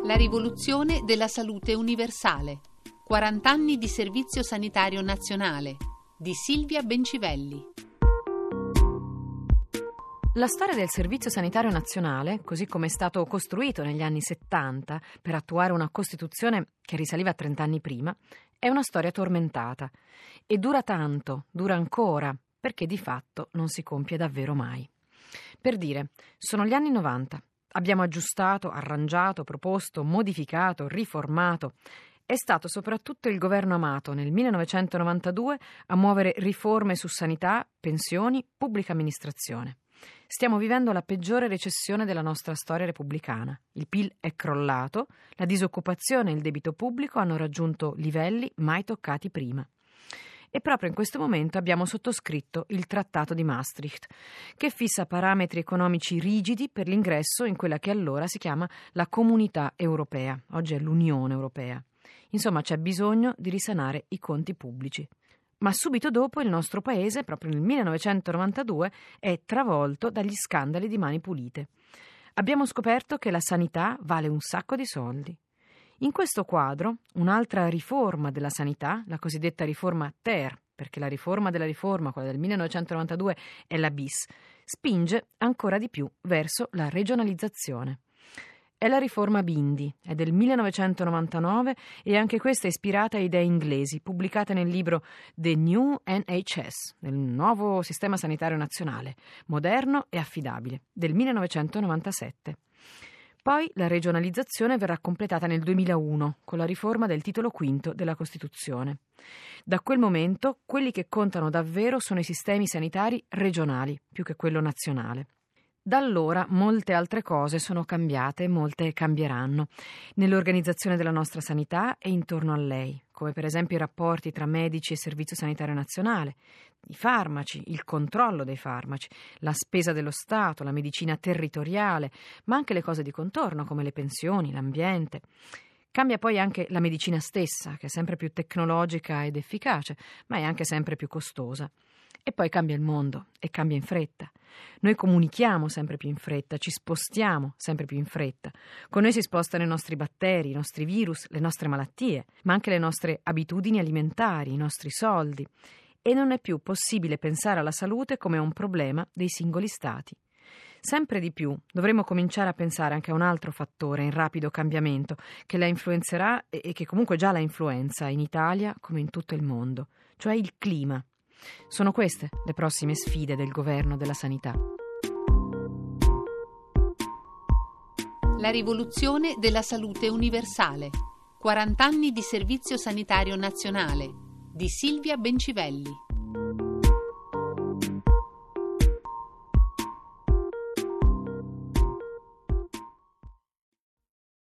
La rivoluzione della salute universale. 40 anni di servizio sanitario nazionale di Silvia Bencivelli. La storia del Servizio Sanitario Nazionale, così come è stato costruito negli anni 70 per attuare una Costituzione che risaliva a 30 anni prima, è una storia tormentata e dura tanto, dura ancora, perché di fatto non si compie davvero mai. Per dire, sono gli anni 90. Abbiamo aggiustato, arrangiato, proposto, modificato, riformato. È stato soprattutto il governo Amato nel 1992 a muovere riforme su sanità, pensioni, pubblica amministrazione. Stiamo vivendo la peggiore recessione della nostra storia repubblicana. Il PIL è crollato, la disoccupazione e il debito pubblico hanno raggiunto livelli mai toccati prima. E proprio in questo momento abbiamo sottoscritto il Trattato di Maastricht, che fissa parametri economici rigidi per l'ingresso in quella che allora si chiama la Comunità Europea, oggi è l'Unione Europea. Insomma, c'è bisogno di risanare i conti pubblici. Ma subito dopo il nostro paese, proprio nel 1992, è travolto dagli scandali di Mani Pulite. Abbiamo scoperto che la sanità vale un sacco di soldi. In questo quadro, un'altra riforma della sanità, la cosiddetta riforma Ter, perché la riforma della riforma, quella del 1992, è la bis, spinge ancora di più verso la regionalizzazione. È la riforma Bindi, è del 1999 e anche questa è ispirata a idee inglesi, pubblicate nel libro The New NHS, del nuovo sistema sanitario nazionale, moderno e affidabile, del 1997. Poi la regionalizzazione verrà completata nel 2001 con la riforma del titolo V della Costituzione. Da quel momento quelli che contano davvero sono i sistemi sanitari regionali più che quello nazionale. Da allora molte altre cose sono cambiate e molte cambieranno nell'organizzazione della nostra sanità e intorno a lei, come per esempio i rapporti tra medici e Servizio Sanitario Nazionale, i farmaci, il controllo dei farmaci, la spesa dello Stato, la medicina territoriale, ma anche le cose di contorno come le pensioni, l'ambiente. Cambia poi anche la medicina stessa, che è sempre più tecnologica ed efficace, ma è anche sempre più costosa. E poi cambia il mondo e cambia in fretta. Noi comunichiamo sempre più in fretta, ci spostiamo sempre più in fretta. Con noi si spostano i nostri batteri, i nostri virus, le nostre malattie, ma anche le nostre abitudini alimentari, i nostri soldi. E non è più possibile pensare alla salute come un problema dei singoli stati. Sempre di più dovremo cominciare a pensare anche a un altro fattore in rapido cambiamento che la influenzerà e che comunque già la influenza in Italia come in tutto il mondo, cioè il clima. Sono queste le prossime sfide del governo della sanità. La rivoluzione della salute universale. 40 anni di servizio sanitario nazionale di Silvia Bencivelli.